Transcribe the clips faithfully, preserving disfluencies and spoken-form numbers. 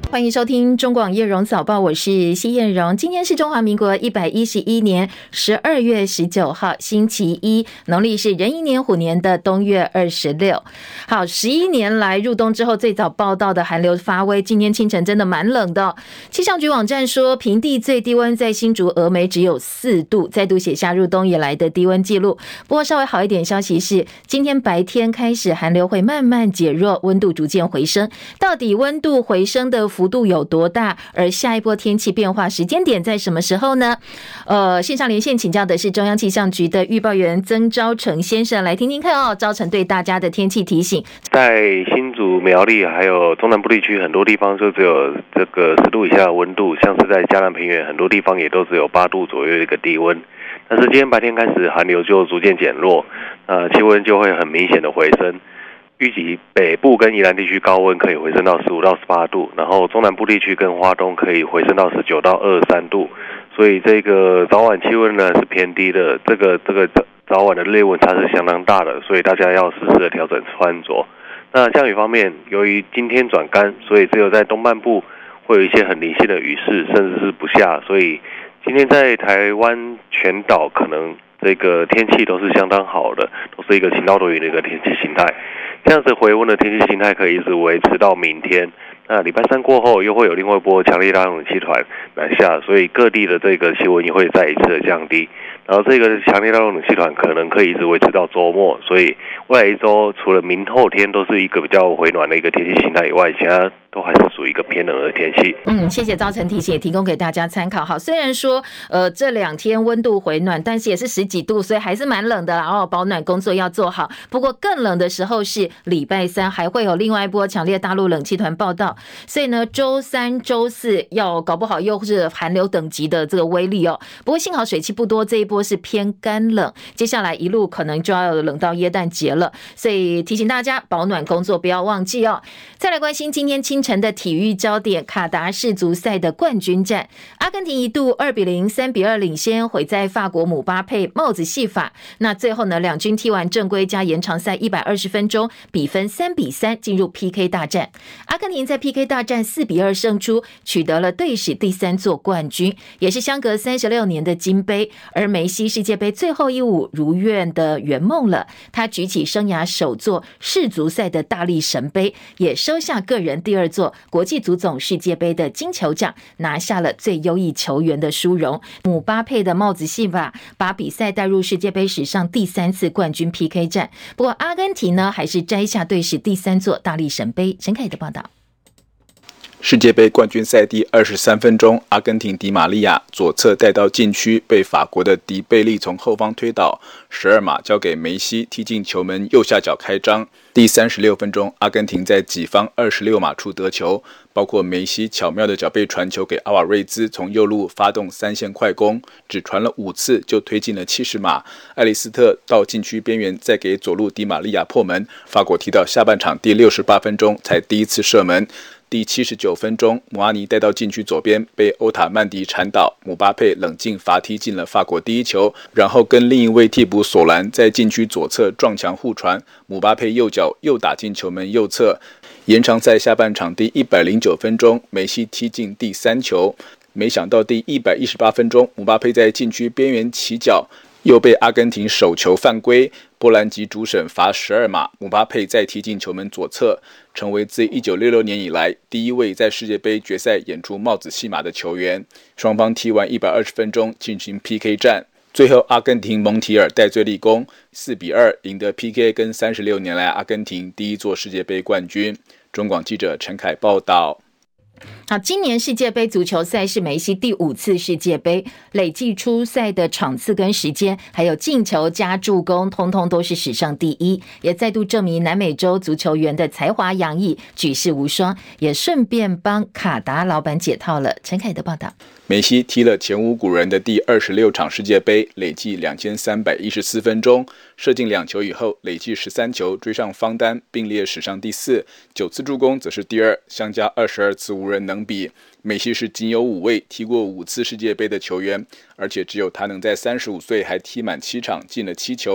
欢迎收听中广叶荣早报，我是谢燕荣。今天是中华民国一百一十一年十二月十九号星期一，农历是壬寅年虎年的冬月二十六。好，十一年来入冬之后最早报道的寒流发威，今天清晨真的蛮冷的、哦。气象局网站说，平地最低温在新竹峨眉只有四度，再度写下入冬以来的低温纪录。不过稍微好一点消息是，今天白天开始寒流会慢慢减弱，温度逐渐回升。到底温度回升的幅度有多大？而下一波天气变化时间点在什么时候呢？呃，线上连线请教的是中央气象局的预报员曾昭成先生，来听听看哦。昭成对大家的天气提醒， 在新竹、苗栗还有中南部地区，很多地方就只有这个十度以下的温度，像是在嘉南平原，很多地方也都只有八度左右的一个低温。但是今天白天开始，寒流就逐渐减弱，呃，气温就会很明显的回升。预计北部跟宜兰地区高温可以回升到十五到十八度，然后中南部地区跟花东可以回升到十九到二十三度，所以这个早晚气温呢是偏低的，这个这个早晚的日夜温差是相当大的，所以大家要适时的调整穿着。那降雨方面，由于今天转干，所以只有在东半部会有一些很零星的雨势，甚至是不下，所以今天在台湾全岛可能这个天气都是相当好的，都是一个晴到多云的一个天气形态。这样子回温的天气形态可以一直维持到明天。那礼拜三过后又会有另外一波强烈大冷气团南下，所以各地的这个气温也会再一次的降低。然后这个强烈大冷气团可能可以一直维持到周末，所以未来一周除了明后天都是一个比较回暖的一个天气形态以外，其他都还是属于一个偏冷的天气。 嗯，谢谢昭成提醒，也提供给大家参考。好，虽然说呃这两天温度回暖，但是也是十几度，所以还是蛮冷的啦。哦，保暖工作要做好。不过更冷的时候是礼拜三，还会有另外一波强烈大陆冷气团报道，所以呢，周三、周四要搞不好又是寒流等级的这个威力哦。不过幸好水汽不多，这一波是偏干冷，接下来一路可能就要冷到耶诞节了，所以提醒大家保暖工作不要忘记哦。再来关心今天清晨的体育焦点，卡达世足赛的冠军战，阿根廷一度二比零、三比二领先，毁在法国姆巴佩帽子戏法。那最后呢，两军踢完正规加延长赛一百二十分钟，比分三比三进入 P K 大战。阿根廷在 P K 大战四比二胜出，取得了队史第三座冠军，也是相隔三十六年的金杯。而梅西世界杯最后一舞如愿的圆梦了，他举起生涯首座世足赛的大力神杯，也收下个人第二座国际足总世界杯的金球奖，拿下了最优异球员的殊荣。姆巴佩的帽子戏法把比赛带入世界杯史上第三次冠军 P K 战。不过阿根廷呢，还是摘下队史第三座大力神杯。陈凯的报道。 世界杯冠军赛第二十三分钟，阿根廷迪玛利亚左侧带到禁区，被法国的迪贝利从后方推倒，十二码交给梅西踢进球门右下角开张。第三十六分钟，阿根廷在己方二十六码处得球，包括梅西巧妙的脚背传球给阿瓦瑞兹，从右路发动三线快攻，只传了五次就推进了七十码。艾利斯特到禁区边缘，再给左路迪玛利亚破门。法国踢到下半场第六十八分钟才第一次射门。第七十九分钟，姆阿尼带到禁区左边，被欧塔曼迪铲倒，姆巴佩冷静罚踢进了法国第一球，然后跟另一位替补索兰在禁区左侧撞墙互传，姆巴佩右脚又打进球门右侧。延长赛下半场第一百零九分钟，梅西踢进第三球，没想到第一百一十八分钟，姆巴佩在禁区边缘起脚，又被阿根廷手球犯规，波兰籍主审罚十二码，姆巴佩再踢进球门左侧，成为自一九六六年以来第一位在世界杯决赛演出帽子戏码的球员。双方踢完一百二十分钟进行 P K 战，最后阿根廷蒙提尔戴罪立功，四比二赢得 P K 跟三十六年来阿根廷第一座世界杯冠军。中广记者陈凯报道。 好，今年世界杯足球赛是梅西第五次世界杯，累计出赛的场次跟时间，还有进球加助攻，通通都是史上第一，也再度证明南美洲足球员的才华洋溢，举世无双，也顺便帮卡达老板解套了。陈凯的报道。 梅西踢了前无古人的第二十六场世界杯，累计两千三百一十四分钟，射进两球以后，累计十三球，追上方丹，并列史上第四，九次助攻则是第二，相加二十二次无人能比。梅西是仅有五位踢过五次世界杯的球员，而且只有他能在三十五岁还踢满七场，进了七球。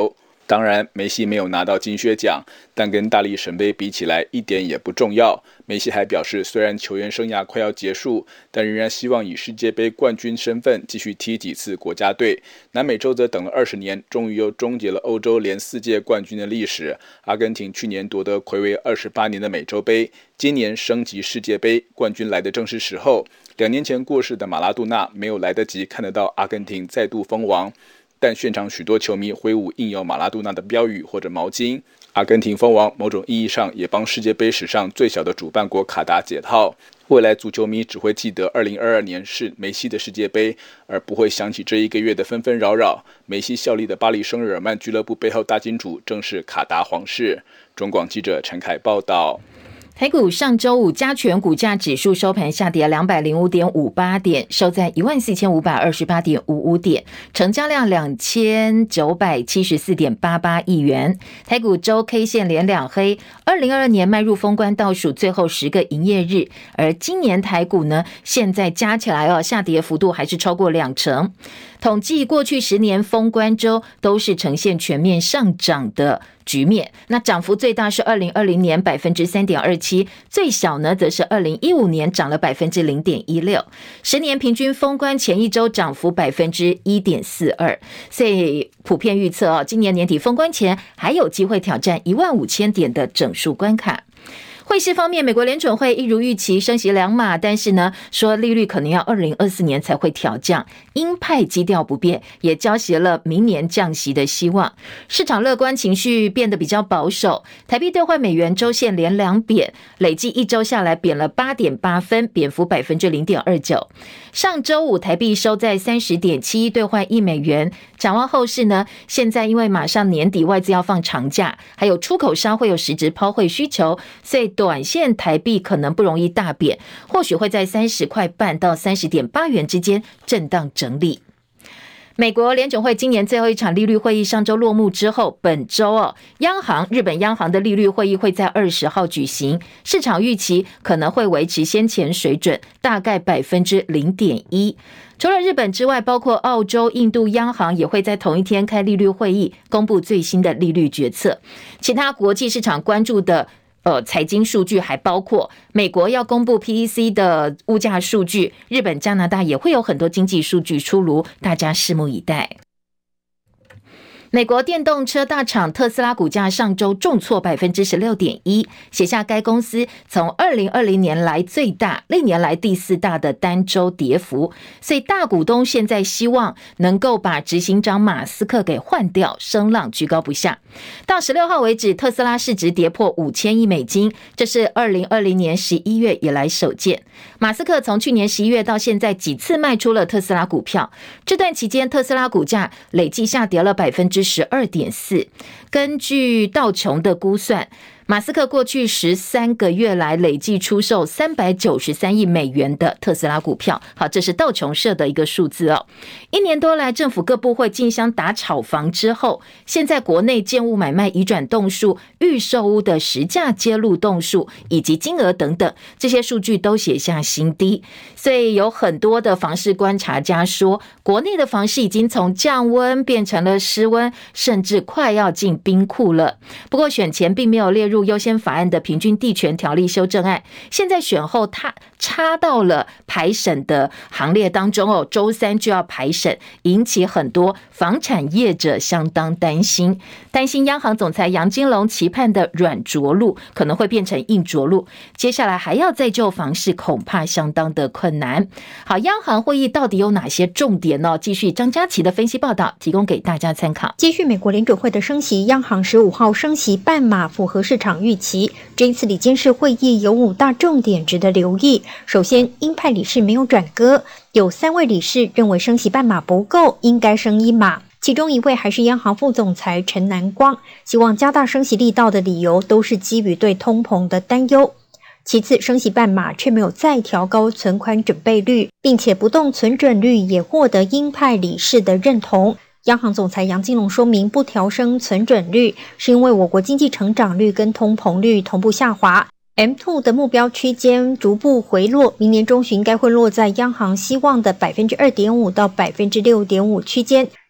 当然，梅西没有拿到金靴奖，但跟大力神杯比起来一点也不重要。梅西还表示，虽然球员生涯快要结束，但仍然希望以世界杯冠军身份继续踢几次国家队。南美洲则等了二十年，终于又终结了欧洲连四届冠军的历史。阿根廷去年夺得睽违二十八年的美洲杯，今年升级世界杯，冠军来的正是时候。两年前过世的马拉杜纳没有来得及看得到阿根廷再度封王，但现场许多球迷挥舞印有马拉杜纳的标语或者毛巾。阿根廷封王某种意义上也帮世界杯史上最小的主办国卡达解套。未来足球迷只会记得二零二二年是梅西的世界杯，而不会想起这一个月的纷纷扰扰。梅西效力的巴黎圣日耳曼俱乐部背后大金主正是卡达皇室。中广记者陈凯报道。 台股上周五加权股价指数收盘下跌两百零五点五八点，收在一万四千五百二十八点五五点，成交量两千九百七十四点八八亿元。台股周 K 线连两黑，二零二二年迈入封关倒数最后十个营业日，而今年台股呢，现在加起来哦，下跌幅度还是超过两成。统计过去十年封关周都是呈现全面上涨的局面，那涨幅最大是二零二零年 百分之三点二七， 最小呢则是二零一五年涨了 百分之零点一六， 十年平均封关前一周涨幅 百分之一点四二， 所以普遍预测哦，今年年底封关前还有机会挑战一万五千点的整数关卡。汇市方面，美国联准会一如预期升息两码，但是呢，说利率可能要二零二四年才会调降，鹰派基调不变，也交息了明年降息的希望。市场乐观情绪变得比较保守，台币兑换美元周线连两贬，累计一周下来贬了 八点八分，贬幅 百分之零点二九。上周五台币收在 三十点七一兑换一美元。展望后市呢，现在因为马上年底外资要放长假，还有出口商会有实质抛汇需求，所以短线台币可能不容易大贬，或许会在三十块半到 三十点八元之间震荡整理。美国联准会今年最后一场利率会议上周落幕之后，本周哦，央行日本央行的利率会议会在二十号举行，市场预期可能会维持先前水准，大概 百分之零点一。除了日本之外，包括澳洲、印度央行也会在同一天开利率会议，公布最新的利率决策。其他国际市场关注的呃，财经数据还包括美国要公布 P E C 的物价数据，日本、加拿大也会有很多经济数据出炉，大家拭目以待。美国电动车大厂特斯拉股价上周重挫 百分之十六点一， 写下该公司从二零二零年来最大、历年来第四大的单周跌幅，所以大股东现在希望能够把执行长马斯克给换掉，声浪居高不下。到十六号为止，特斯拉市值跌破五千亿美金，这是二零二零年十一月以来首见。马斯克从去年十一月到现在几次卖出了特斯拉股票，这段期间特斯拉股价累计下跌了 百分之十二点四。 根据道琼的估算，马斯克过去十三个月来累计出售三百九十三亿美元的特斯拉股票。好，这是道琼社的一个数字哦。一年多来，政府各部会竞相打炒房之后，现在国内建物买卖移转栋数、预售屋的实价揭露栋数以及金额等等，这些数据都写下新低。所以有很多的房市观察家说，国内的房市已经从降温变成了湿温，甚至快要进冰库了。不过选前并没有列入入优先法案的平均地权条例修正案，现在选后它插到了排审的行列当中哦，周三就要排审，引起很多房产业者相当担心，担心央行总裁杨金龙期盼的软着陆可能会变成硬着陆，接下来还要再救房市，恐怕相当的困难。好，央行会议到底有哪些重点呢？继续张嘉琪的分析报道，提供给大家参考。 接续美国联准会的升息，央行十五号升息半码，符合市场预期。这一次理监事会议有五大重点值得留意。首先，鹰派理事没有转鸽，有三位理事认为升息半码不够，应该升一码。其中一位还是央行副总裁陈南光，希望加大升息力道的理由都是基于对通膨的担忧。其次，升息半码却没有再调高存款准备率，并且不动存准率也获得鹰派理事的认同。央行总裁杨金龙说明，不调升存准率是因为我国经济成长率跟通膨率同步下滑， M 二 的目标区间逐步回落，明年中旬该会落在央行希望的 百分之二点五 到 百分之六点五 区间。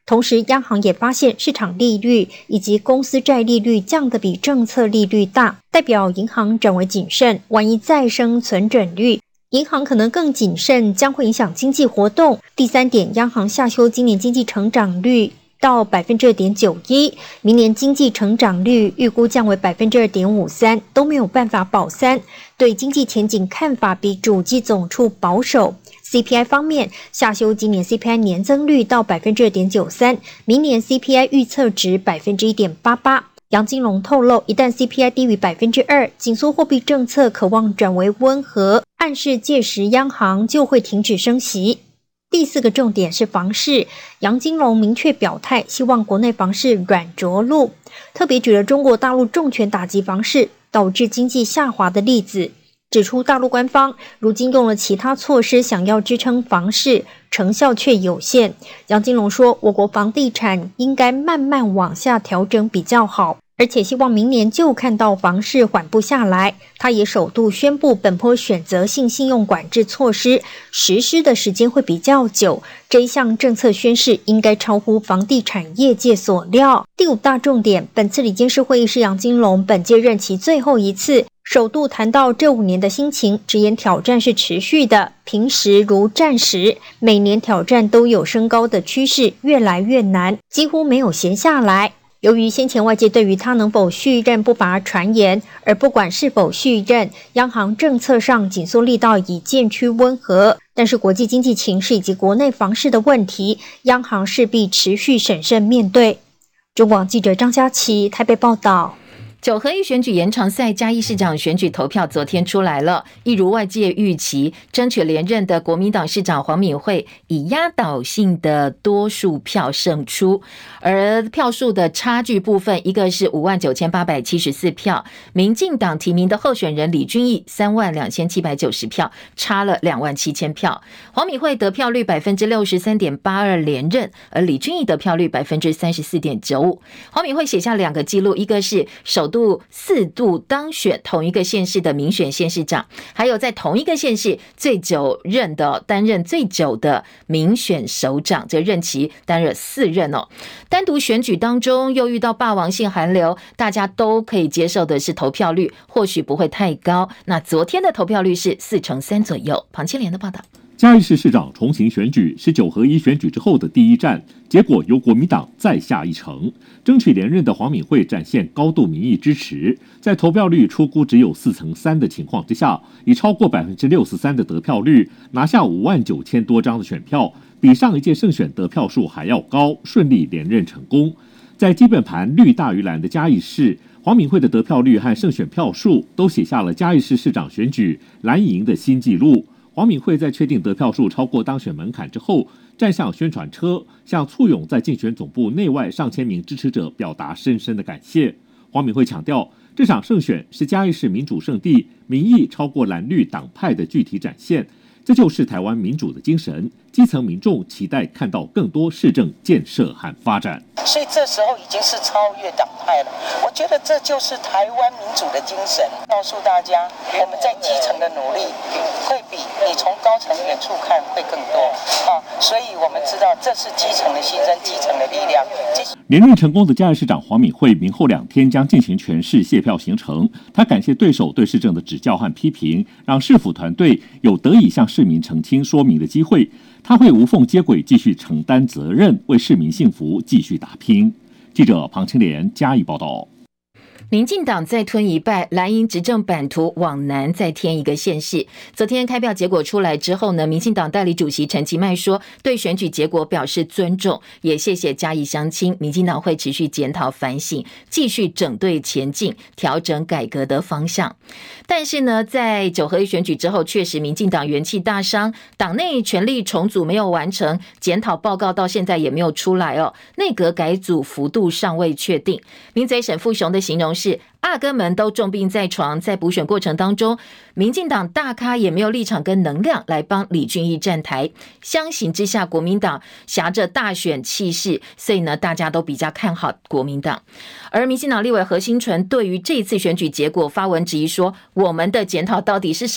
同时，央行也发现市场利率以及公司债利率降得比政策利率大，代表银行转为谨慎，万一再升存准率，银行可能更谨慎，将会影响经济活动。第三点，央行下修今年经济成长率到 百分之二点九一， 明年经济成长率预估降为 百分之二点五三， 都没有办法保三，对经济前景看法比主计总处保守。C P I 方面，下修今年 C P I 年增率到 百分之二点九三， 明年 C P I 预测值 百分之一点八八。杨金龙透露，一旦 C P I 低于 百分之二， 紧缩货币政策可望转为温和，暗示届时央行就会停止升息。第四个重点是房市，杨金龙明确表态，希望国内房市软着陆，特别举了中国大陆重拳打击房市，导致经济下滑的例子，指出大陆官方如今用了其他措施想要支撑房市，成效却有限。杨金龙说，我国房地产应该慢慢往下调整比较好，而且希望明年就看到房市缓步下来。他也首度宣布本波选择性信用管制措施实施的时间会比较久，这一项政策宣示应该超乎房地产业界所料。第五大重点，本次理监事会议是杨金龙本届任期最后一次，首度谈到这五年的心情，直言挑战是持续的，平时如战时，每年挑战都有升高的趋势，越来越难，几乎没有闲下来。由于先前外界对于他能否续任不乏传言，而不管是否续任，央行政策上紧缩力道已渐趋温和，但是国际经济情势以及国内房市的问题，央行势必持续审慎面对。中广记者张佳琪台北报道。 九合一选举延长赛嘉义市长选举投票昨天出来了，一如外界预期，争取连任的国民党市长黄敏惠以压倒性的多数票胜出，而票数的差距部分，一个是五万九千八百七十四票，民进党提名的候选人李俊毅三万两千七百九十票，差了两万七千票。黄敏惠得票率 百分之六十三点八二 连任，而李俊毅得票率 百分之三十四点九五。黄敏惠写下两个纪录，一个是首度四度当选同一个县市的民选县市长，还有在同一个县市最久任的担任最久的民选首长，这任期担任四任哦。单独选举当中又遇到霸王性寒流，大家都可以接受的是投票率或许不会太高，那昨天的投票率是四成三左右。庞千莲的报道。 嘉义市市长重行选举是九合一选举之后的第一站，结果由国民党再下一城，争取连任的黄敏惠展现高度民意支持，在投票率初估只有四成三的情况之下，以超过 百分之六十三 的得票率拿下五万九千多张的选票，比上一届胜选得票数还要高，顺利连任成功。在基本盘绿大于蓝的嘉义市，黄敏惠的得票率和胜选票数都写下了嘉义市市长选举蓝营的新纪录。黄敏惠在确定得票数超过当选门槛之后，站上宣传车，向簇拥在竞选总部内外上千名支持者表达深深的感谢。黄敏惠强调，这场胜选是嘉义市民主圣地，民意超过蓝绿党派的具体展现，这就是台湾民主的精神。基层民众期待看到更多市政建设和发展， 所以这时候已经是超越党派了。我觉得这就是台湾民主的精神，告诉大家我们在基层的努力会比你从高层远处看会更多啊！所以我们知道这是基层的牺牲，基层的力量。 连任成功的嘉义市长黄敏惠明后两天将进行全市谢票行程，他感谢对手对市政的指教和批评，让市府团队有得以向市民澄清说明的机会。他会无缝接轨，继续承担责任，为市民幸福继续打拼。记者庞清莲嘉义报道。 民进党再吞一败，蓝营执政版图往南再添一个县市。昨天开票结果出来之后呢，民进党代理主席陈其迈说，对选举结果表示尊重，也谢谢嘉义乡亲。民进党会持续检讨反省，继续整队前进，调整改革的方向。但是呢，在九合一选举之后，确实民进党元气大伤，党内权力重组没有完成，检讨报告到现在也没有出来哦，内阁改组幅度尚未确定。民嘴沈富雄的形容是阿哥们都重病在床，在补选过程当中，民进党大咖也没有立场跟能量来帮李俊毅站台。相形之下，国民党挟着大选气势，所以呢，大家都比较看好国民党。而民进党立委何新纯对于这次选举结果发文质疑说，我们的检讨到底是什么？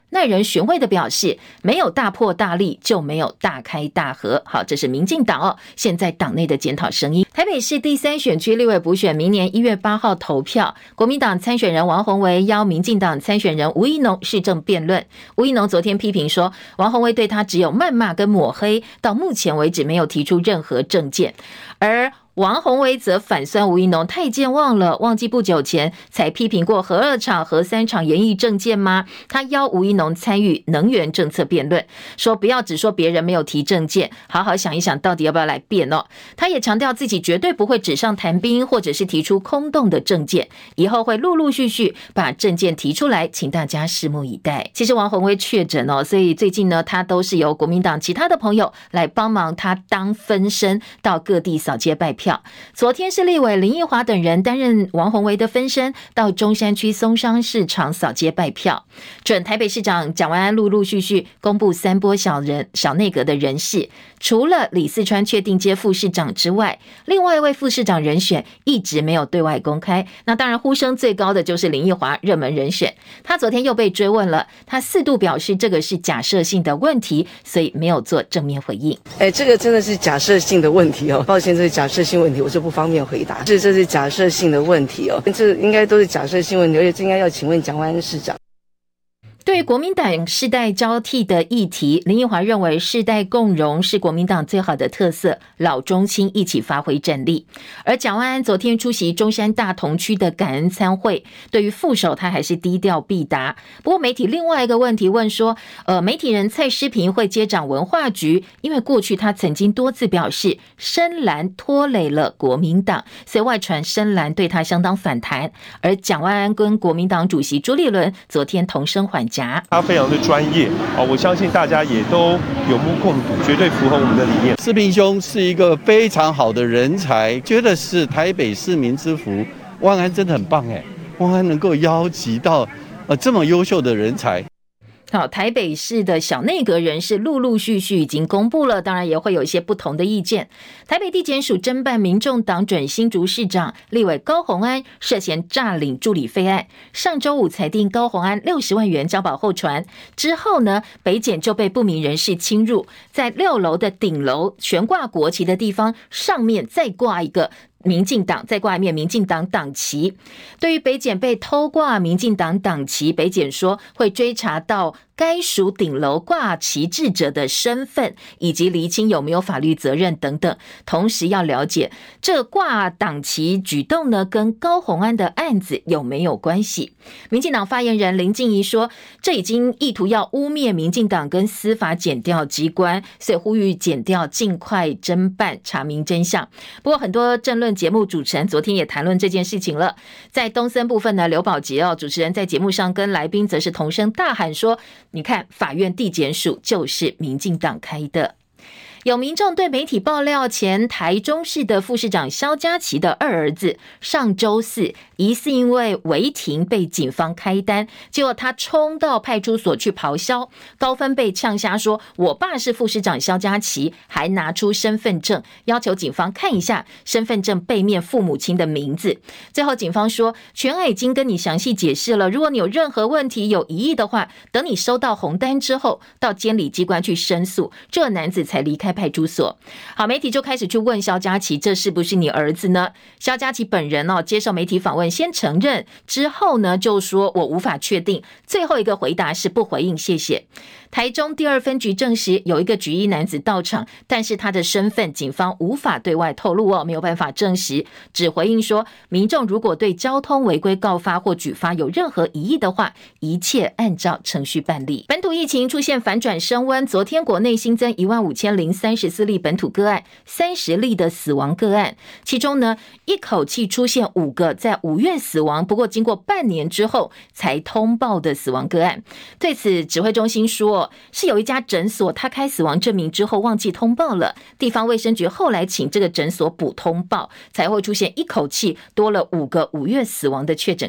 耐人寻味的表示，没有大破大立就没有大开大合。好，这是民进党哦，现在党内的检讨声音。台北市第三选区立委补选明年一月八号投票，国民党参选人王宏维邀民进党参选人吴怡农市政辩论。吴怡农昨天批评说，王宏维对他只有谩骂跟抹黑，到目前为止没有提出任何政见，而王宏维则反酸吴怡农太健忘了，忘记不久前才批评过核二厂、核三厂研议政见吗？他邀吴怡农参与能源政策辩论，说不要只说别人没有提政见，好好想一想到底要不要来辩哦。他也强调自己绝对不会纸上谈兵，或者是提出空洞的政见，以后会陆陆续续把政见提出来，请大家拭目以待。其实王宏维确诊哦，所以最近呢，他都是由国民党其他的朋友来帮忙他当分身，到各地扫街拜票。昨天是立委林奕华等人担任王宏维的分身，到中山区松山市场扫街拜票。准台北市长蒋万安陆陆续续公布三波小人小内阁的人事，除了李四川确定接副市长之外，另外一位副市长人选一直没有对外公开。那当然呼声最高的就是林奕华热门人选，他昨天又被追问了，他四度表示这个是假设性的问题，所以没有做正面回应。 哎，这个真的是假设性的问题哦，抱歉，这是假设性问题，我就不方便回答。这这是假设性的问题哦，这应该都是假设性问题，而且这应该要请问蒋万安市长。 对于国民党世代交替的议题，林奕华认为世代共荣是国民党最好的特色，老中青一起发挥战力。而蒋万安昨天出席中山大同区的感恩餐会，对于副手他还是低调必答。不过媒体另外一个问题问说，呃，媒体人蔡诗萍会接掌文化局，因为过去他曾经多次表示深蓝拖累了国民党，所以外传深蓝对他相当反弹。而蒋万安跟国民党主席朱立伦昨天同声缓颊。 他非常的专业啊，我相信大家也都有目共睹，绝对符合我们的理念。 诗萍兄是一个非常好的人才，觉得是台北市民之福。万安真的很棒哎，万安能够邀集到呃这么优秀的人才。 好，台北市的小内阁人士陆陆续续已经公布了，当然也会有一些不同的意见。台北地检署侦办民众党准新竹市长立委高虹安涉嫌诈领助理费案，上周五裁定高虹安六十万元交保候传。之后呢，北检就被不明人士侵入，在六楼的顶楼悬挂国旗的地方，上面再挂一个民进党，再挂一面民进党党旗。对于北检被偷挂民进党党旗，北检说会追查到该属顶楼挂旗制者的身份，以及厘清有没有法律责任等等。同时要了解这挂党旗举动呢，跟高虹安的案子有没有关系。民进党发言人林静怡说，这已经意图要污蔑民进党跟司法检调机关，所以呼吁检调尽快侦办查明真相。不过很多政论节目主持人昨天也谈论这件事情了。在东森部分呢，刘宝杰哦，主持人在节目上跟来宾则是同声大喊说，你看法院地检署就是民进党开的。有民众对媒体爆料，前台中市的副市长萧佳琪的二儿子上周四疑似因为违停被警方开单，结果他冲到派出所去咆哮，高分被呛瞎说我爸是副市长萧佳琪，还拿出身份证要求警方看一下身份证背面父母亲的名字。最后警方说，全案已经跟你详细解释了，如果你有任何问题有疑义的话，等你收到红单之后到监理机关去申诉。这男子才离开派出所。好，媒体就开始去问萧佳琪，这是不是你儿子呢？萧佳琪本人哦，接受媒体访问先承认，之后呢就说我无法确定，最后一个回答是不回应，谢谢。台中第二分局证实有一个举一男子到场，但是他的身份警方无法对外透露哦，没有办法证实，只回应说民众如果对交通违规告发或举发有任何疑义的话，一切按照程序办理。本土疫情出现反转升温，昨天国内新增一万五千零三十四例本土个案，三十例的死亡个案，其中呢一口气出现五个在五月死亡，不过经过半年之后才通报的死亡个案。对此指挥中心说，是有一家诊所他开死亡证明之后忘记通报了，地方卫生局后来请这个诊所补通报，才会出现一口气多了五个五月死亡的确诊个案。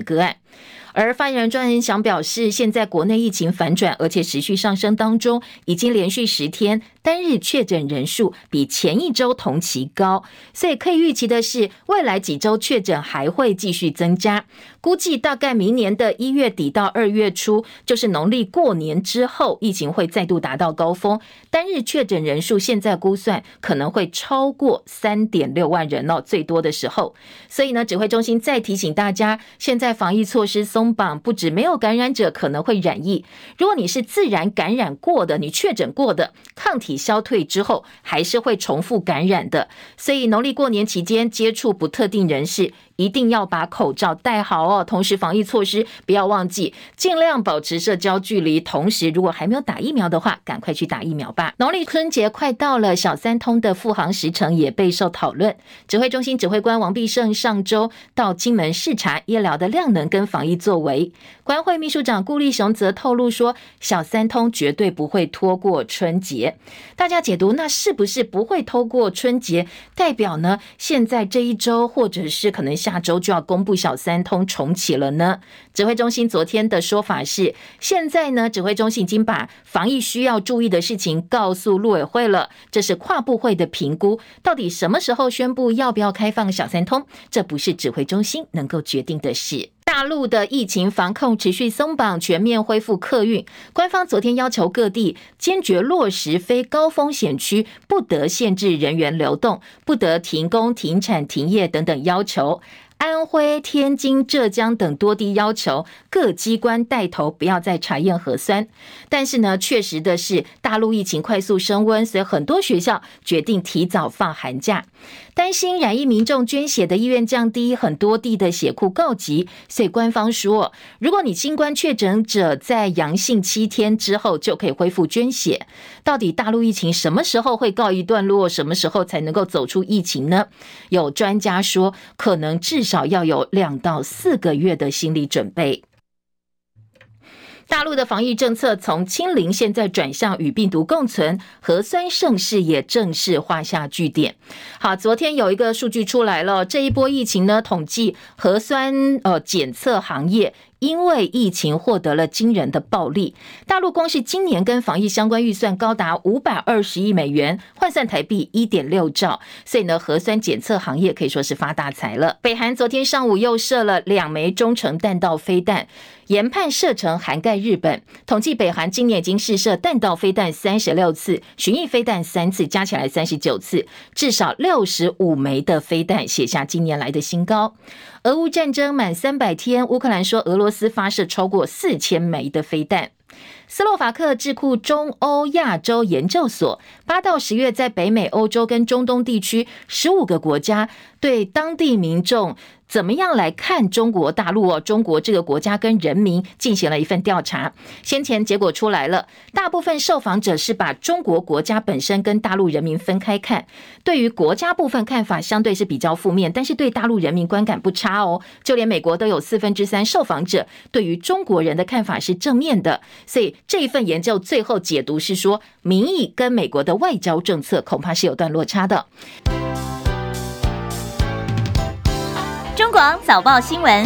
而发言人庄人祥表示，现在国内疫情反转，而且持续上升当中，已经连续十天单日确诊人数比前一周同期高，所以可以预期的是，未来几周确诊还会继续增加。估计大概明年的一月底到二月初，就是农历过年之后，疫情会再度达到高峰，单日确诊人数现在估算可能会超过 三点六万人哦，最多的时候。所以呢，指挥中心再提醒大家，现在防疫措施松绑，不止没有感染者可能会染疫，如果你是自然感染过的，你确诊过的，抗体消退之后还是会重复感染的。所以农历过年期间接触不特定人士，一定要把口罩戴好哦。同时防疫措施不要忘记，尽量保持社交距离。同时如果还没有打疫苗的话，赶快去打疫苗吧。农历春节快到了，小三通的复航时程也备受讨论。指挥中心指挥官王必胜上周到金门视察医疗的量能跟防疫作为。国安会秘书长顾立雄则透露说，小三通绝对不会拖过春节。大家解读，那是不是不会拖过春节，代表呢现在这一周或者是可能下周就要公布小三通重启了呢？指挥中心昨天的说法是，现在呢指挥中心已经把防疫需要注意的事情告诉陆委会了，这是跨部会的评估，到底什么时候宣布要不要开放小三通，这不是指挥中心能够决定的事。大陆的疫情防控持续松绑，全面恢复客运。官方昨天要求各地坚决落实非高风险区不得限制人员流动，不得停工、停产、停业等等要求。安徽、天津、浙江等多地要求各机关带头不要再查验核酸。但是呢，确实的是大陆疫情快速升温，所以很多学校决定提早放寒假。担心染疫民众捐血的意愿降低，很多地的血库告急，所以官方说，如果你新冠确诊者在阳性七天之后就可以恢复捐血。到底大陆疫情什么时候会告一段落，什么时候才能够走出疫情呢？有专家说，可能至少要有两到四个月的心理准备。大陆的防疫政策从清零现在转向与病毒共存，核酸盛世也正式画下句点。好，昨天有一个数据出来了，这一波疫情呢，统计核酸呃检测行业因为疫情获得了惊人的暴利，大陆光是今年跟防疫相关预算高达五百二十亿美元，换算台币 一点六兆，所以呢，核酸检测行业可以说是发大财了。北韩昨天上午又射了两枚中程弹道飞弹，研判射程涵盖日本。统计北韩今年已经试射弹道飞弹三十六次，巡弋飞弹三次，加起来三十九次，至少六十五枚的飞弹，写下近年来的新高。俄乌战争满三百天，乌克兰说俄罗斯发射超过四千枚的飞弹。斯洛伐克智库中欧亚洲研究所八到十月在北美、欧洲跟中东地区十五个国家对当地民众怎么样来看中国大陆哦？中国这个国家跟人民进行了一份调查，先前结果出来了，大部分受访者是把中国国家本身跟大陆人民分开看，对于国家部分看法相对是比较负面，但是对大陆人民观感不差哦。就连美国都有四分之三受访者对于中国人的看法是正面的，所以这一份研究最后解读是说，民意跟美国的外交政策恐怕是有段落差的。 中广早报新闻，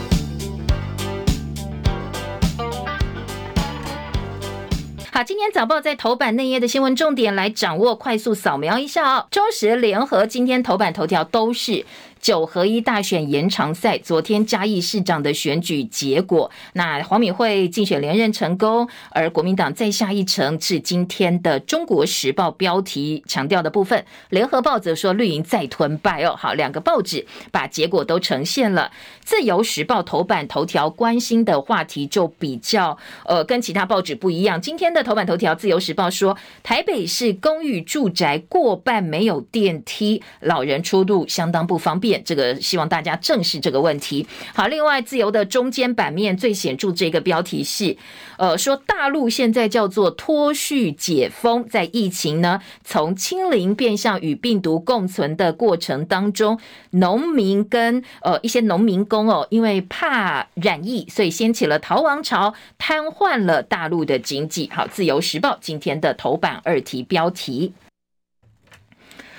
好，今天早报在头版内页的新闻重点来掌握，快速扫描一下哦。中时联合今天头版头条都是九合一大选延长赛，昨天嘉义市长的选举结果，那黄敏惠竞选连任成功，而国民党再下一城是今天的中国时报标题强调的部分，联合报则说绿营再吞败哦。好，两个报纸把结果都呈现了。自由时报头版头条关心的话题就比较呃跟其他报纸不一样，今天的头版头条自由时报说，台北市公寓住宅过半没有电梯，老人出入相当不方便，这个希望大家正视这个问题。好，另外自由的中间版面最显著这个标题是呃，说大陆现在叫做脱序解封，在疫情呢从清零变向与病毒共存的过程当中，农民跟呃一些农民工哦，因为怕染疫，所以掀起了逃亡潮，瘫痪了大陆的经济。好，自由时报今天的头版二题标题。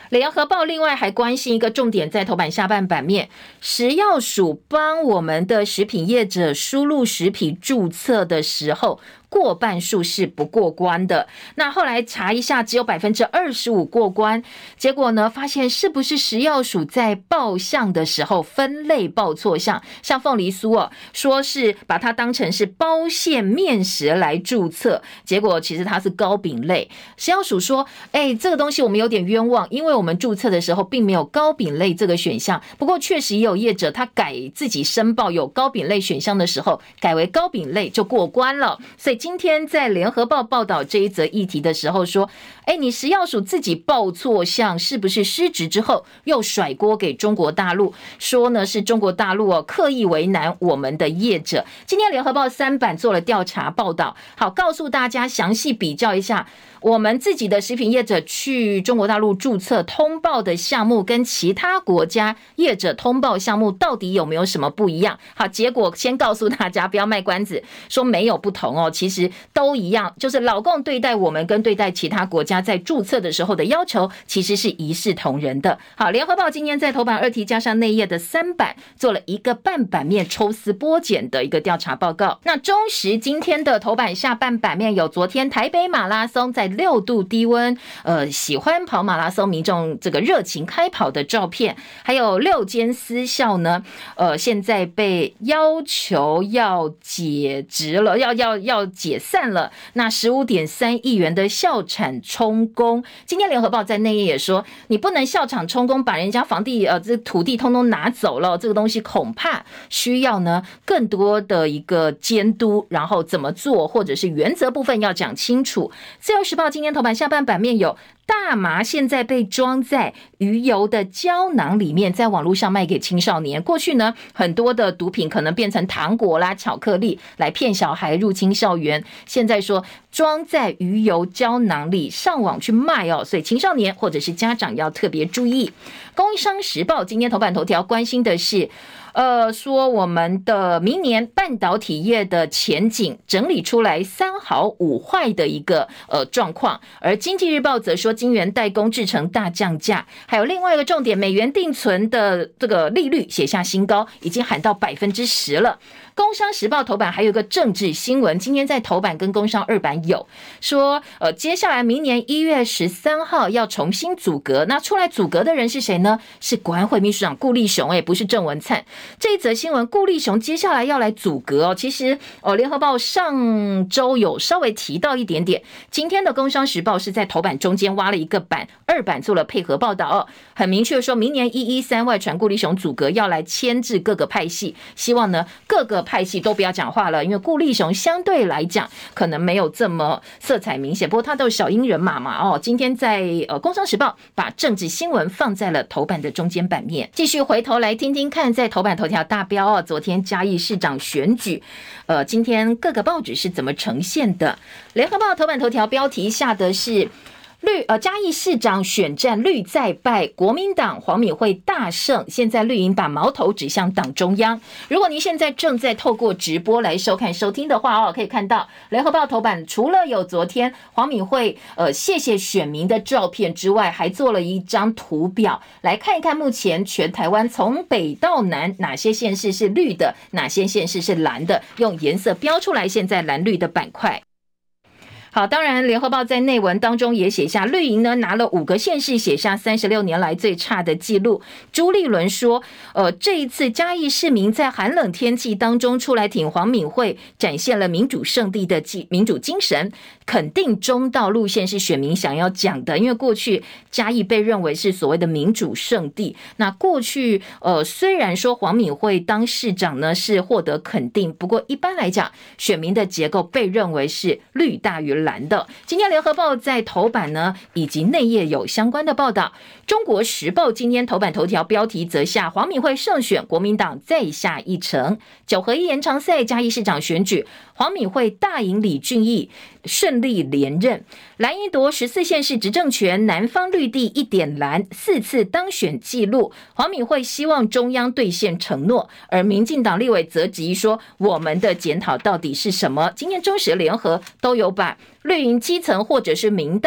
联合报另外还关心一个重点，在头版下半版面，食药署帮我们的食品业者输入食品注册的时候，过半数是不过关的。那后来查一下，只有百分之二十五过关。结果呢，发现是不是食药署在报项的时候分类报错项？像凤梨酥哦，说是把它当成是包馅面食来注册，结果其实它是糕饼类。食药署说，哎，这个东西我们有点冤枉，因为我们注册的时候并没有糕饼类这个选项。不过确实也有业者他改自己申报有糕饼类选项的时候，改为糕饼类就过关了。所以今天在联合报报道这一则议题的时候说，哎，你食药署自己报错项，是不是失职之后又甩锅给中国大陆，说呢是中国大陆哦刻意为难我们的业者。今天联合报三版做了调查报道，好告诉大家详细比较一下我们自己的食品业者去中国大陆注册通报的项目跟其他国家业者通报项目到底有没有什么不一样。好，结果先告诉大家，不要卖关子，说没有不同哦，其实都一样，就是老共对待我们跟对待其他国家在注册的时候的要求其实是一视同仁的。好，联合报今天在头版二题加上内页的三版做了一个半版面抽丝剥茧的一个调查报告。那中时今天的头版下半版面有昨天台北马拉松在六度低温，呃，喜欢跑马拉松民众这个热情开跑的照片，还有六间私校呢，呃，现在被要求要解职了，要要要解散了。那 十五点三亿元的校产充公，今天联合报在内页也说，你不能校场充公，把人家房地呃这土地通通拿走了，这个东西恐怕需要呢更多的一个监督，然后怎么做，或者是原则部分要讲清楚。自由时报今天头版下半版面有大麻现在被装在鱼油的胶囊里面，在网络上卖给青少年。过去呢，很多的毒品可能变成糖果啦、巧克力来骗小孩入侵校园，现在说装在鱼油胶囊里上网去卖哦，所以青少年或者是家长要特别注意。工商时报今天头版头条关心的是呃，说我们的明年半导体业的前景整理出来三好五坏的一个呃状况，而经济日报则说晶圆代工制程大降价，还有另外一个重点，美元定存的这个利率写下新高，已经喊到百分之十了。工商时报头版还有一个政治新闻，今天在头版跟工商二版有说，呃，接下来明年一月十三号要重新组阁，那出来组阁的人是谁呢？是国安会秘书长顾立雄，哎，不是郑文灿。这一则新闻，顾立雄接下来要来组阁哦。其实，哦，联合报上周有稍微提到一点点，今天的工商时报是在头版中间挖了一个版，二版做了配合报道哦，很明确说明年一一三外传顾立雄组阁要来牵制各个派系，希望呢各个派系都不要讲话了，因为顾立雄相对来讲可能没有这么色彩明显，不过他都是小鹰人马嘛哦。今天在呃工商时报把政治新闻放在了头版的中间版面，继续回头来听听看，在头版头条大标哦，昨天嘉义市长选举，呃，今天各个报纸是怎么呈现的？联合报头版头条标题下的是。绿呃嘉义市长选战绿再败，国民党黄敏惠大胜，现在绿营把矛头指向党中央。如果您现在正在透过直播来收看收听的话哦，可以看到联合报头版除了有昨天黄敏惠呃谢谢选民的照片之外，还做了一张图表，来看一看目前全台湾从北到南哪些县市是绿的，哪些县市是蓝的，用颜色标出来现在蓝绿的板块。好，当然联合报在内文当中也写下，绿营呢拿了五个县市写下三十六年来最差的记录。朱立伦说，呃，这一次嘉义市民在寒冷天气当中出来挺黄敏惠，展现了民主圣地的民主精神，肯定中道路线是选民想要讲的，因为过去嘉义被认为是所谓的民主圣地。那过去呃，虽然说黄敏惠当市长呢是获得肯定，不过一般来讲，选民的结构被认为是绿大于蓝的。今天联合报在头版呢以及内页有相关的报道。中国时报今天头版头条标题则下，黄敏惠胜选，国民党再下一城。九合一延长赛嘉义市长选举，黄敏惠大赢李俊毅，顺利连任。蓝营夺十四县市执政权，南方绿地一点蓝，四次当选纪录。黄敏惠希望中央兑现承诺，而民进党立委则质疑说，我们的检讨到底是什么？今天中时联合都有把绿营基层或者是民代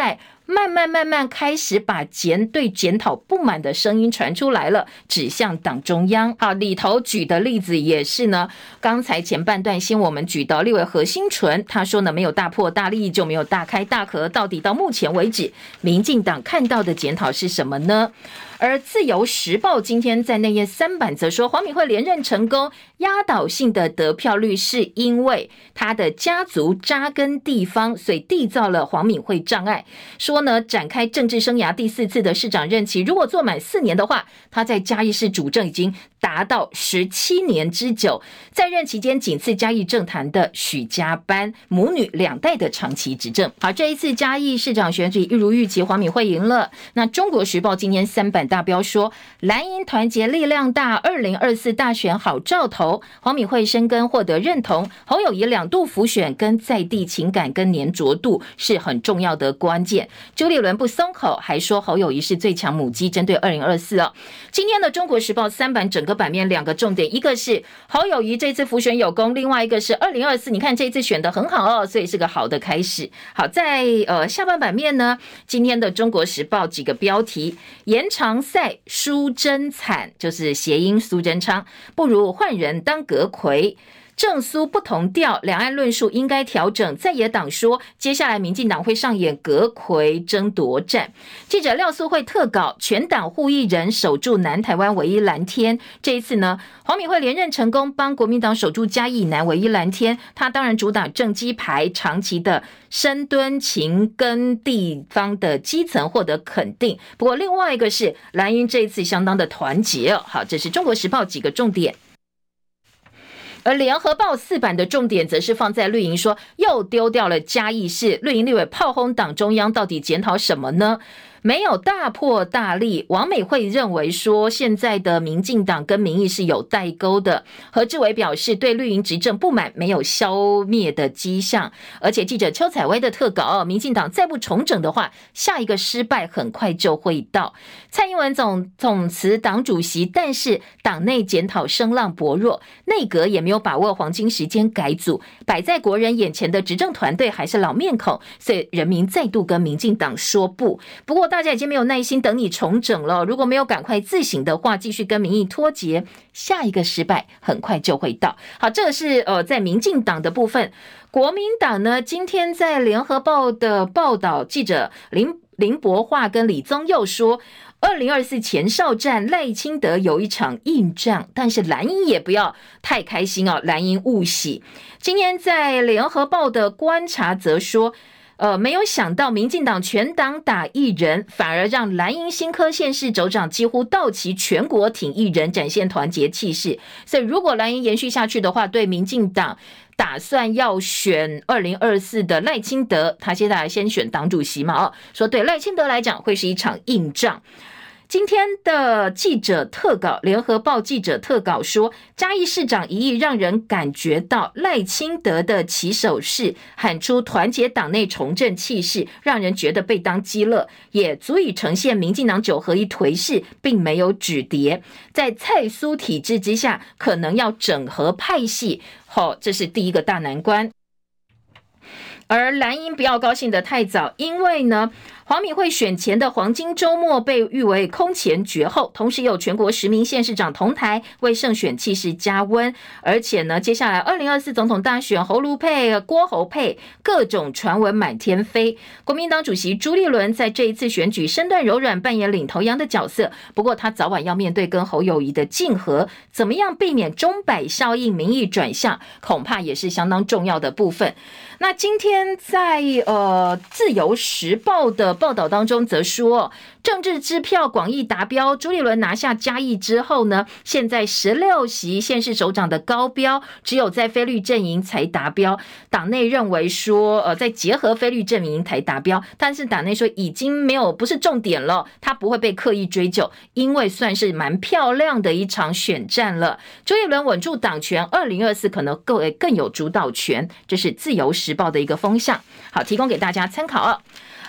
慢慢慢慢开始把检对检讨不满的声音传出来了，指向党中央。好，里头举的例子也是呢，刚才前半段先我们举到立委何欣纯，他说呢，没有大破大立就没有大开大合，到底到目前为止民进党看到的检讨是什么呢？而自由时报今天在内页三版则说，黄敏惠连任成功，压倒性的得票率是因为他的家族扎根地方，所以缔造了黄敏惠障碍。说呢，展开政治生涯第四次的市长任期，如果做满四年的话，他在嘉义市主政已经达到十七年之久，在任期间仅次嘉义政坛的许家班母女两代的长期执政。好，这一次嘉义市长选举一如预期，黄敏惠赢了。那中国时报今天三版大标说，蓝营团结力量大，二零二四大选好兆头，黄敏惠深耕获得认同，侯友宜两度浮选跟在地情感跟粘着度是很重要的关键。朱立伦不松口，还说侯友宜是最强母鸡，针对二零二四哦。今天的中国时报三版整个版面两个重点，一个是侯友宜这次浮选有功，另外一个是二零二四，你看这次选得很好哦，所以是个好的开始。好，在呃下半版面呢，今天的中国时报几个标题，延长赛输真惨，就是谐音苏贞昌，不如换人当阁揆。正苏不同调，两岸论述应该调整。在野党说，接下来民进党会上演阁揆争夺战。记者廖素慧特稿，全党护一人守住南台湾唯一蓝天。这一次呢，黄敏惠连任成功，帮国民党守住嘉义南唯一蓝天。他当然主打正基牌，长期的深蹲勤跟地方的基层获得肯定。不过另外一个是蓝营这一次相当的团结哦。好，这是中国时报几个重点。而联合报四版的重点则是放在绿营，说又丢掉了嘉义市，绿营立委炮轰党中央，到底检讨什么呢？没有大破大立，王美惠认为说现在的民进党跟民意是有代沟的。何志伟表示对绿营执政不满，没有消灭的迹象。而且记者邱采薇的特稿，民进党再不重整的话，下一个失败很快就会到。蔡英文总总辞党主席，但是党内检讨声浪薄弱，内阁也没有把握黄金时间改组，摆在国人眼前的执政团队还是老面孔，所以人民再度跟民进党说不。不过大家已经没有耐心等你重整了，如果没有赶快自省的话，继续跟民意脱节，下一个失败很快就会到。好，这个是呃在民进党的部分。国民党呢，今天在联合报的报道，记者林林博化跟李宗佑说，二零二四前哨战赖清德有一场硬仗，但是蓝营也不要太开心哦，蓝营勿喜。今天在联合报的观察则说，呃，没有想到民进党全党打一人，反而让蓝营新科县市首长几乎到齐，全国挺一人，展现团结气势。所以如果蓝营延续下去的话，对民进党打算要选二零二四的赖清德，他接下来先选党主席嘛，哦，说对赖清德来讲会是一场硬仗。今天的记者特稿，联合报记者特稿说，嘉义市长一役让人感觉到赖清德的起手式，喊出团结党内重振气势，让人觉得被当鸡肋，也足以呈现民进党九合一颓势并没有止跌。在蔡苏体制之下，可能要整合派系，哦，这是第一个大难关。而蓝营不要高兴得太早，因为呢，黄敏惠选前的黄金周末被誉为空前绝后，同时有全国十名县市长同台为胜选气势加温。而且呢，接下来二零二四总统大选，侯卢配、郭侯配，各种传闻满天飞。国民党主席朱立伦在这一次选举身段柔软，扮演领头羊的角色。不过他早晚要面对跟侯友宜的竞合，怎么样避免钟摆效应、民意转向，恐怕也是相当重要的部分。那今天在呃自由时报的报道当中则说，政治支票广义达标，朱立伦拿下嘉义之后呢，现在十六席县市首长的高标，只有在非绿阵营才达标。党内认为说，呃，在结合非绿阵营才达标，但是党内说已经没有不是重点了，他不会被刻意追究，因为算是蛮漂亮的一场选战了。朱立伦稳住党权，二零二四可能更更有主导权，这是自由时报的一个风向。好，提供给大家参考啊。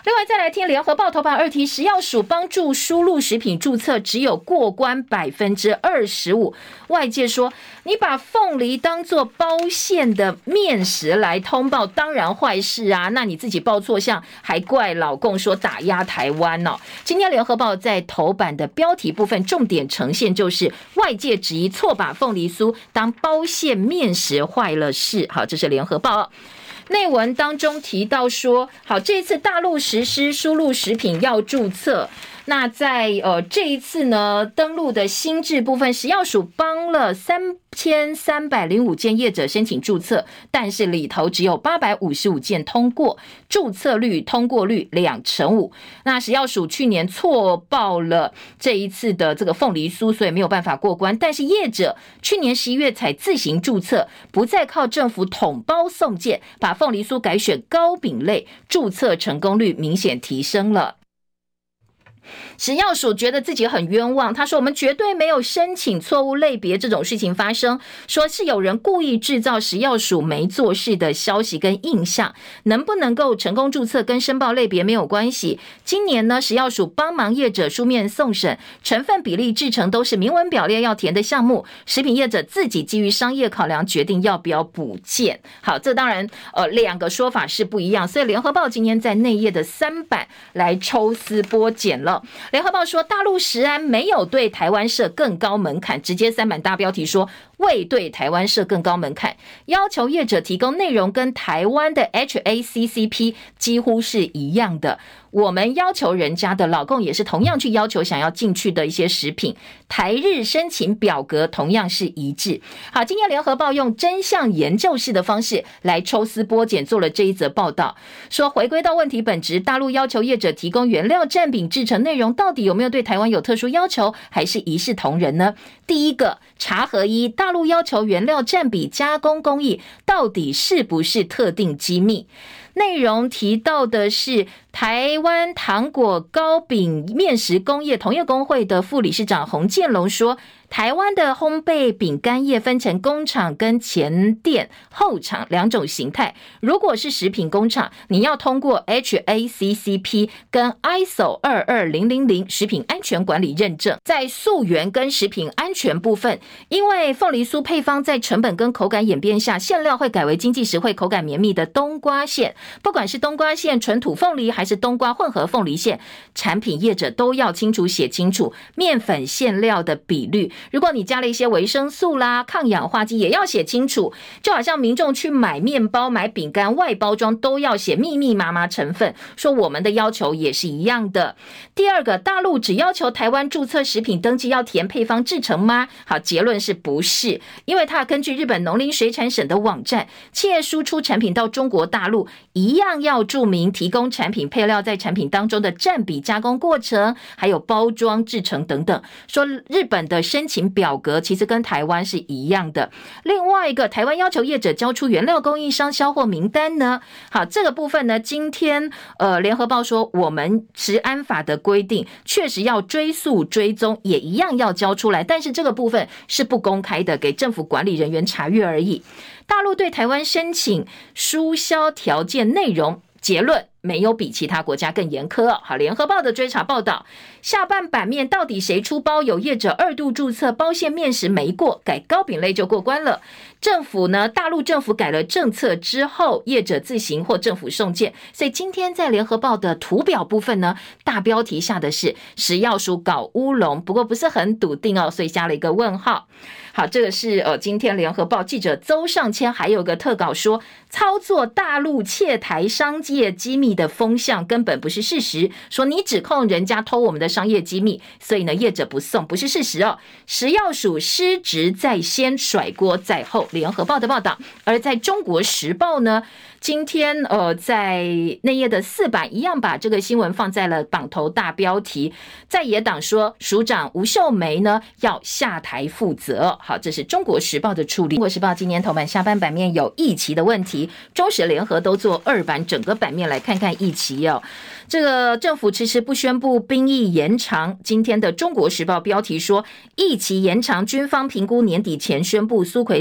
另外再来听联合报头版二题，食药署帮助输入食品注册只有过关百分之二十五，外界说你把凤梨当作包馅的面食来通报，当然坏事啊，那你自己报错项，还怪老共说打压台湾哦。今天联合报在头版的标题部分重点呈现就是外界质疑错把凤梨酥当包馅面食坏了事，好，这是联合报。内文当中提到说，好，这一次大陆实施输入食品要注册，那在呃这一次呢登录的新制部分，食药署帮了三千三百零五件业者申请注册，但是里头只有八百五十五件通过，注册率通过率两成五。那食药署去年错报了这一次的这个凤梨酥，所以没有办法过关，但是业者去年十一月才自行注册，不再靠政府统包送件，把凤梨酥改选糕饼类，注册成功率明显提升了。食药署觉得自己很冤枉，他说我们绝对没有申请错误类别这种事情发生，说是有人故意制造食药署没做事的消息跟印象，能不能够成功注册跟申报类别没有关系。今年呢，食药署帮忙业者书面送审，成分比例制成都是明文表列要填的项目，食品业者自己基于商业考量决定要不要补件。好，这当然呃两个说法是不一样，所以联合报今天在内页的三版来抽丝剥茧了。联合报说，大陆食安没有对台湾设更高门槛，直接三版大标题说未对台湾设更高门槛，要求业者提供内容跟台湾的 H A C C P 几乎是一样的。我们要求人家的，老共也是同样去要求想要进去的一些食品，台日申请表格同样是一致。好，今天联合报用真相研究室的方式来抽丝剥茧做了这一则报道，说回归到问题本质，大陆要求业者提供原料占比制成内容，到底有没有对台湾有特殊要求，还是一视同仁呢？第一个查核一，大陆要求原料占比加工工艺到底是不是特定机密？内容提到的是台湾糖果糕饼面食工业同业工会的副理事长洪建龙说，台湾的烘焙饼干业分成工厂跟前店后厂两种形态，如果是食品工厂，你要通过 H A C C P 跟 I S O 二二零零零 食品安全管理认证。在溯源跟食品安全部分，因为凤梨酥配方在成本跟口感演变下，馅料会改为经济实惠、口感绵密的冬瓜馅，不管是冬瓜馅纯土凤梨还是冬瓜混合凤梨馅，产品业者都要清楚写清楚面粉馅料的比率，如果你加了一些维生素啦、抗氧化剂也要写清楚，就好像民众去买面包、买饼干，外包装都要写密密麻麻成分，说我们的要求也是一样的。第二个，大陆只要求台湾注册食品登记要填配方制成吗？好，结论是不是，因为它根据日本农林水产省的网站，企业输出产品到中国大陆一样要注明提供产品配料在产品当中的占比、加工过程，还有包装制成等等，说日本的申请表格其实跟台湾是一样的。另外一个，台湾要求业者交出原料供应商销货名单呢？好，这个部分呢，今天呃联合报说，我们食安法的规定确实要追溯追踪，也一样要交出来，但是这个部分是不公开的，给政府管理人员查阅而已。大陆对台湾申请输销条件内容，结论没有比其他国家更严苛。好，联合报的追查报道，下半版面到底谁出包？有业者二度注册包馅面食没过，改糕饼类就过关了。政府呢，大陆政府改了政策之后，业者自行或政府送件。所以今天在联合报的图表部分呢，大标题下的是食药署搞乌龙，不过不是很笃定哦，所以加了一个问号。好，这个是呃，今天联合报记者邹尚谦还有个特稿说，操作大陆窃台商业机密的风向根本不是事实，说你指控人家偷我们的商业机密，所以呢业者不送，不是事实哦。食药署失职在先，甩锅在后。联合报的报道，而在中国时报呢，今天呃在内页的四版一样把这个新闻放在了榜头大标题，在野党说署长吴秀梅呢要下台负责。好，这是中国时报的处理。中国时报今年头版下半版面有疫情的问题，中时联合都做二版，整个版面来看看疫情哦。这个政府迟迟不宣布兵役延长，今天的中国时报标题说，疫情延长，军方评估年底前宣布，苏揆松口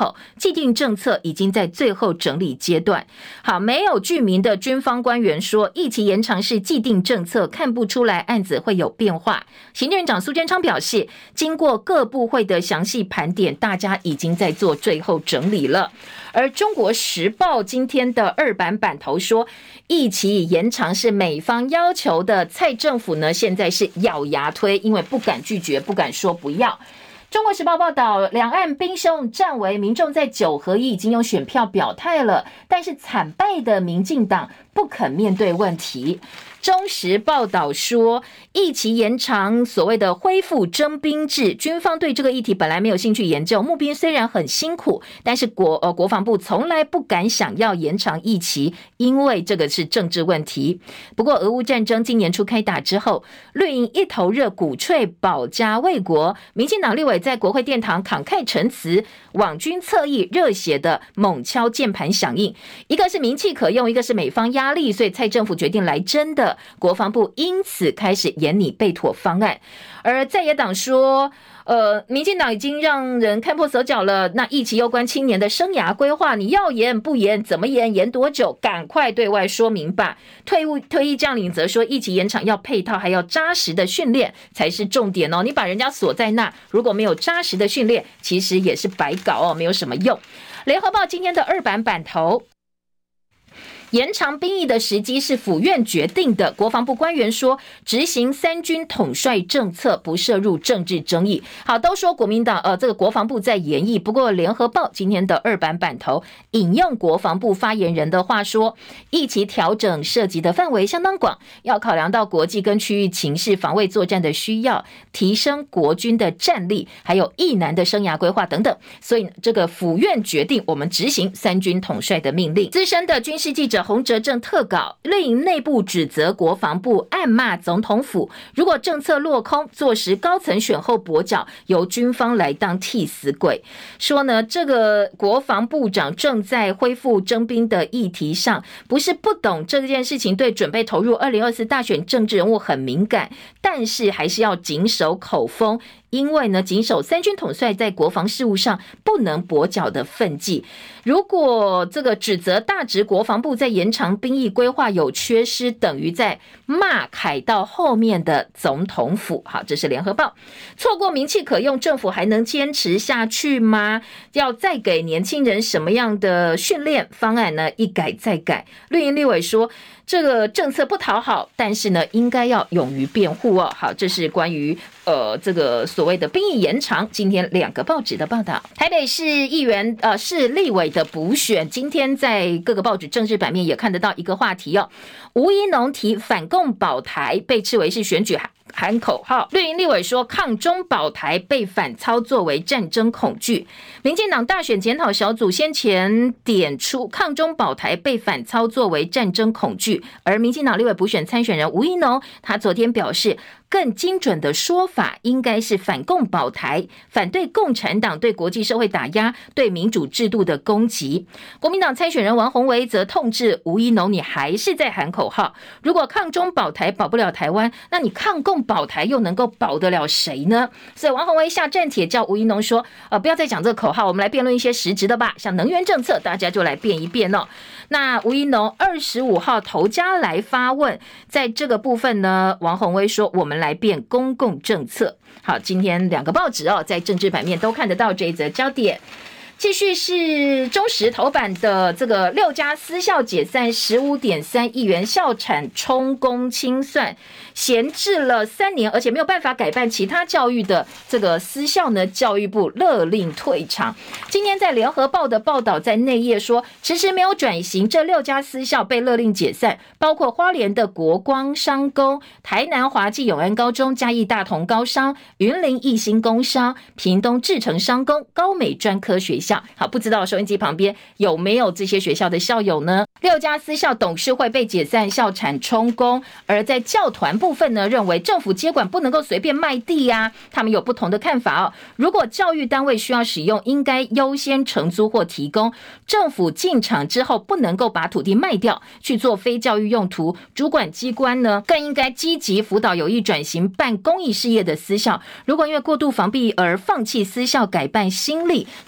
口，既定政策已经在最后整理阶段。好，没有具名的军方官员说役期延长是既定政策，看不出来案子会有变化。行政院长苏贞昌表示，经过各部会的详细盘点，大家已经在做最后整理了。而中国时报今天的二版版头说，役期延长是美方要求的，蔡政府呢现在是咬牙推，因为不敢拒绝，不敢说不要。中国时报报道，两岸兵凶战危，民众在九合一已经用选票表态了，但是惨败的民进党不肯面对问题。中时报道说，役期延长，所谓的恢复征兵制，军方对这个议题本来没有兴趣研究。募兵虽然很辛苦，但是国呃国防部从来不敢想要延长役期，因为这个是政治问题。不过，俄乌战争今年初开打之后，绿营一头热鼓吹保家卫国，民进党立委在国会殿堂慷慨陈词，网军侧翼热血的猛敲键盘响应。一个是名气可用，一个是美方压力，所以蔡政府决定来真的。国防部因此开始研拟备妥方案，而在野党说，呃，民进党已经让人看破手脚了。那役期攸关青年的生涯规划，你要延不延？怎么延？延多久？赶快对外说明吧。退伍退役将领则说，役期延长要配套，还要扎实的训练才是重点哦。你把人家锁在那，如果没有扎实的训练，其实也是白搞哦，没有什么用。联合报今天的二版版头。延长兵役的时机是府院决定的，国防部官员说，执行三军统帅政策，不涉入政治争议。好，都说国民党呃这个国防部在研议，不过联合报今天的二版版头引用国防部发言人的话说，役期调整涉及的范围相当广，要考量到国际跟区域情势、防卫作战的需要，提升国军的战力，还有役男的生涯规划等等。所以这个府院决定我们执行三军统帅的命令。资深的军事记者洪哲正特稿，绿营内部指责国防部暗骂总统府，如果政策落空，坐实高层选后跛脚，由军方来当替死鬼。说呢，这个国防部长正在恢复征兵的议题上，不是不懂这件事情对准备投入二零二四大选政治人物很敏感，但是还是要谨守口风。因为呢，谨守三军统帅在国防事务上不能跛脚的分际。如果这个指责大直国防部在延长兵役规划有缺失，等于在骂凯到后面的总统府。好，这是联合报。错过名气可用，政府还能坚持下去吗？要再给年轻人什么样的训练方案呢？一改再改。绿营立委说，这个政策不讨好，但是呢，应该要勇于辩护哦。好，这是关于呃这个所谓的兵役延长，今天两个报纸的报道。台北市议员呃市立委的补选，今天在各个报纸政治版面也看得到一个话题哦。吴怡农提反共保台，被斥为是选举喊口号。绿营立委说，抗中保台被反操作为战争恐惧。民进党大选检讨小组先前点出，抗中保台被反操作为战争恐惧，而民进党立委补选参选人吴怡农，他昨天表示，更精准的说法应该是反共保台，反对共产党对国际社会打压，对民主制度的攻击。国民党参选人王宏维则痛斥吴怡农，你还是在喊口号，如果抗中保台保不了台湾，那你抗共保台又能够保得了谁呢？所以王宏维下战帖叫吴怡农说，呃，不要再讲这个口号，我们来辩论一些实质的吧，像能源政策，大家就来辩一辩哦。那吴怡农二十五号头家来发问，在这个部分呢，王宏维说，我们来辩公共政策。好，今天两个报纸哦，在政治版面都看得到这一则焦点。继续是中时头版的这个六家私校解散， 十五点三亿元校产充公清算，闲置了三年，而且没有办法改办其他教育的这个私校呢，教育部勒令退场。今天在联合报的报道在内页说，迟迟没有转型，这六家私校被勒令解散，包括花莲的国光商工、台南华暨永安高中、嘉义大同高商、云林义兴工商、屏东志成商工、高美专科学校。好，不知道收音机旁边有没有这些学校的校友呢？六家私校董事会被解散，校产充公。而在教团部分呢，认为政府接管不能够随便卖地啊，他们有不同的看法哦。如果教育单位需要使用，应该优先承租或提供。政府进场之后，不能够把土地卖掉去做非教育用途。主管机关呢，更应该积极辅导有意转型办公益事业的私校。如果因为过度防弊而放弃私校改办新立，可能对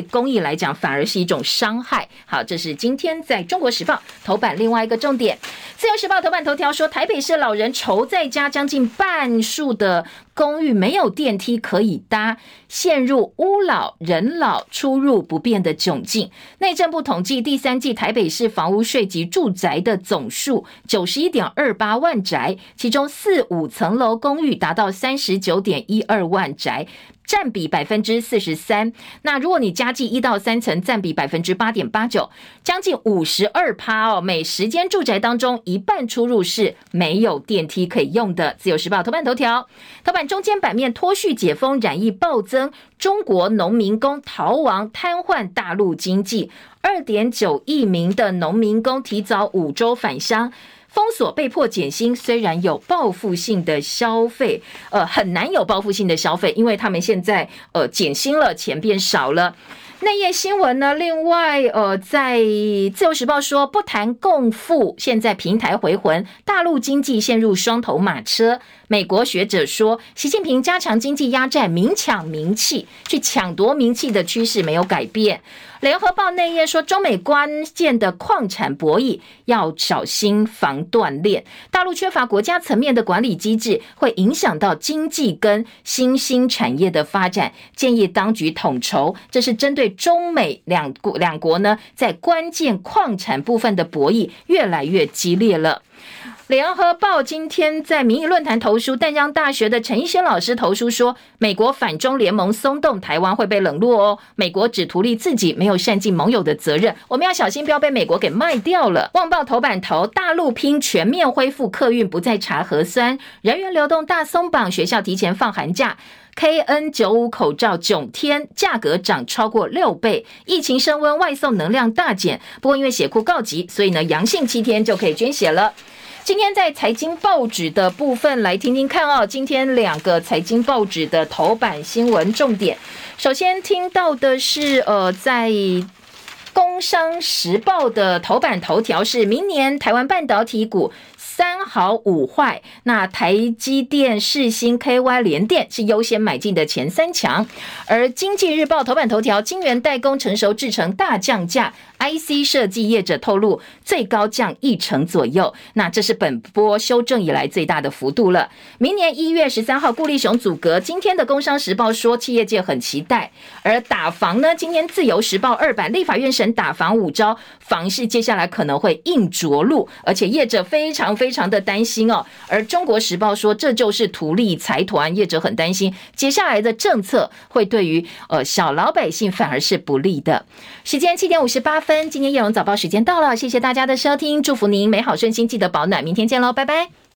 公益来讲反而是一种伤害。好，这是今天在中国时报头版另外一个重点。自由时报头版头条说，台北市老人愁在家，将近半数的公寓没有电梯可以搭，陷入屋老人老出入不便的窘境。内政部统计第三季台北市房屋税及住宅的总数 九十一点二八万宅，其中四五层楼公寓达到 三十九点一二万宅，占比 百分之四十三。 那如果你加计一到三层，占比 百分之八点八九， 将近 百分之五十二 哦。每十间住宅当中一半出入是没有电梯可以用的。自由时报头版头条，头版中间版面，脱序解封染疫暴增，中国农民工逃亡瘫痪大陆经济， 二点九亿名的农民工提早五周返乡，封锁被迫减薪，虽然有报复性的消费，呃，很难有报复性的消费，因为他们现在呃减薪了，钱变少了。内页新闻呢，另外呃，在自由时报说不谈共富，现在平台回魂，大陆经济陷入双头马车。美国学者说，习近平加强经济压寨，明抢名气，去抢夺名气的趋势没有改变。联合报内页说，中美关键的矿产博弈要小心防断链，大陆缺乏国家层面的管理机制，会影响到经济跟新兴产业的发展，建议当局统筹。这是针对中美两国两国呢，在关键矿产部分的博弈越来越激烈了。联合报今天在民意论坛投书，淡江大学的陈一轩老师投书说，美国反中联盟松动，台湾会被冷落哦。美国只图利自己，没有善尽盟友的责任，我们要小心不要被美国给卖掉了。旺报头版头，大陆拼全面恢复客运，不再查核酸，人员流动大松绑，学校提前放寒假。K N 九十五 口罩囧天，价格涨超过六倍，疫情升温，外送能量大减。不过因为血库告急，所以呢阳性七天就可以捐血了。今天在财经报纸的部分来听听看哦，今天两个财经报纸的头版新闻重点。首先听到的是呃，在工商时报的头版头条是明年台湾半导体股三好五坏，那台积电、世芯、K Y、联电是优先买进的前三强。而经济日报头版头条，晶圆代工成熟制程大降价，I C 设计业者透露最高降一成左右，那这是本波修正以来最大的幅度了。明年一月十三号顾立雄组阁，今天的工商时报说企业界很期待。而打房呢，今天自由时报二版，立法院审打房五招，房市接下来可能会硬着陆，而且业者非常非常的担心哦。而中国时报说这就是图利财团，业者很担心接下来的政策会对于呃小老百姓反而是不利的。时间七点五十八分，今天叶荣早报时间到了，谢谢大家的收听，祝福您美好顺心，记得保暖，明天见喽，拜拜。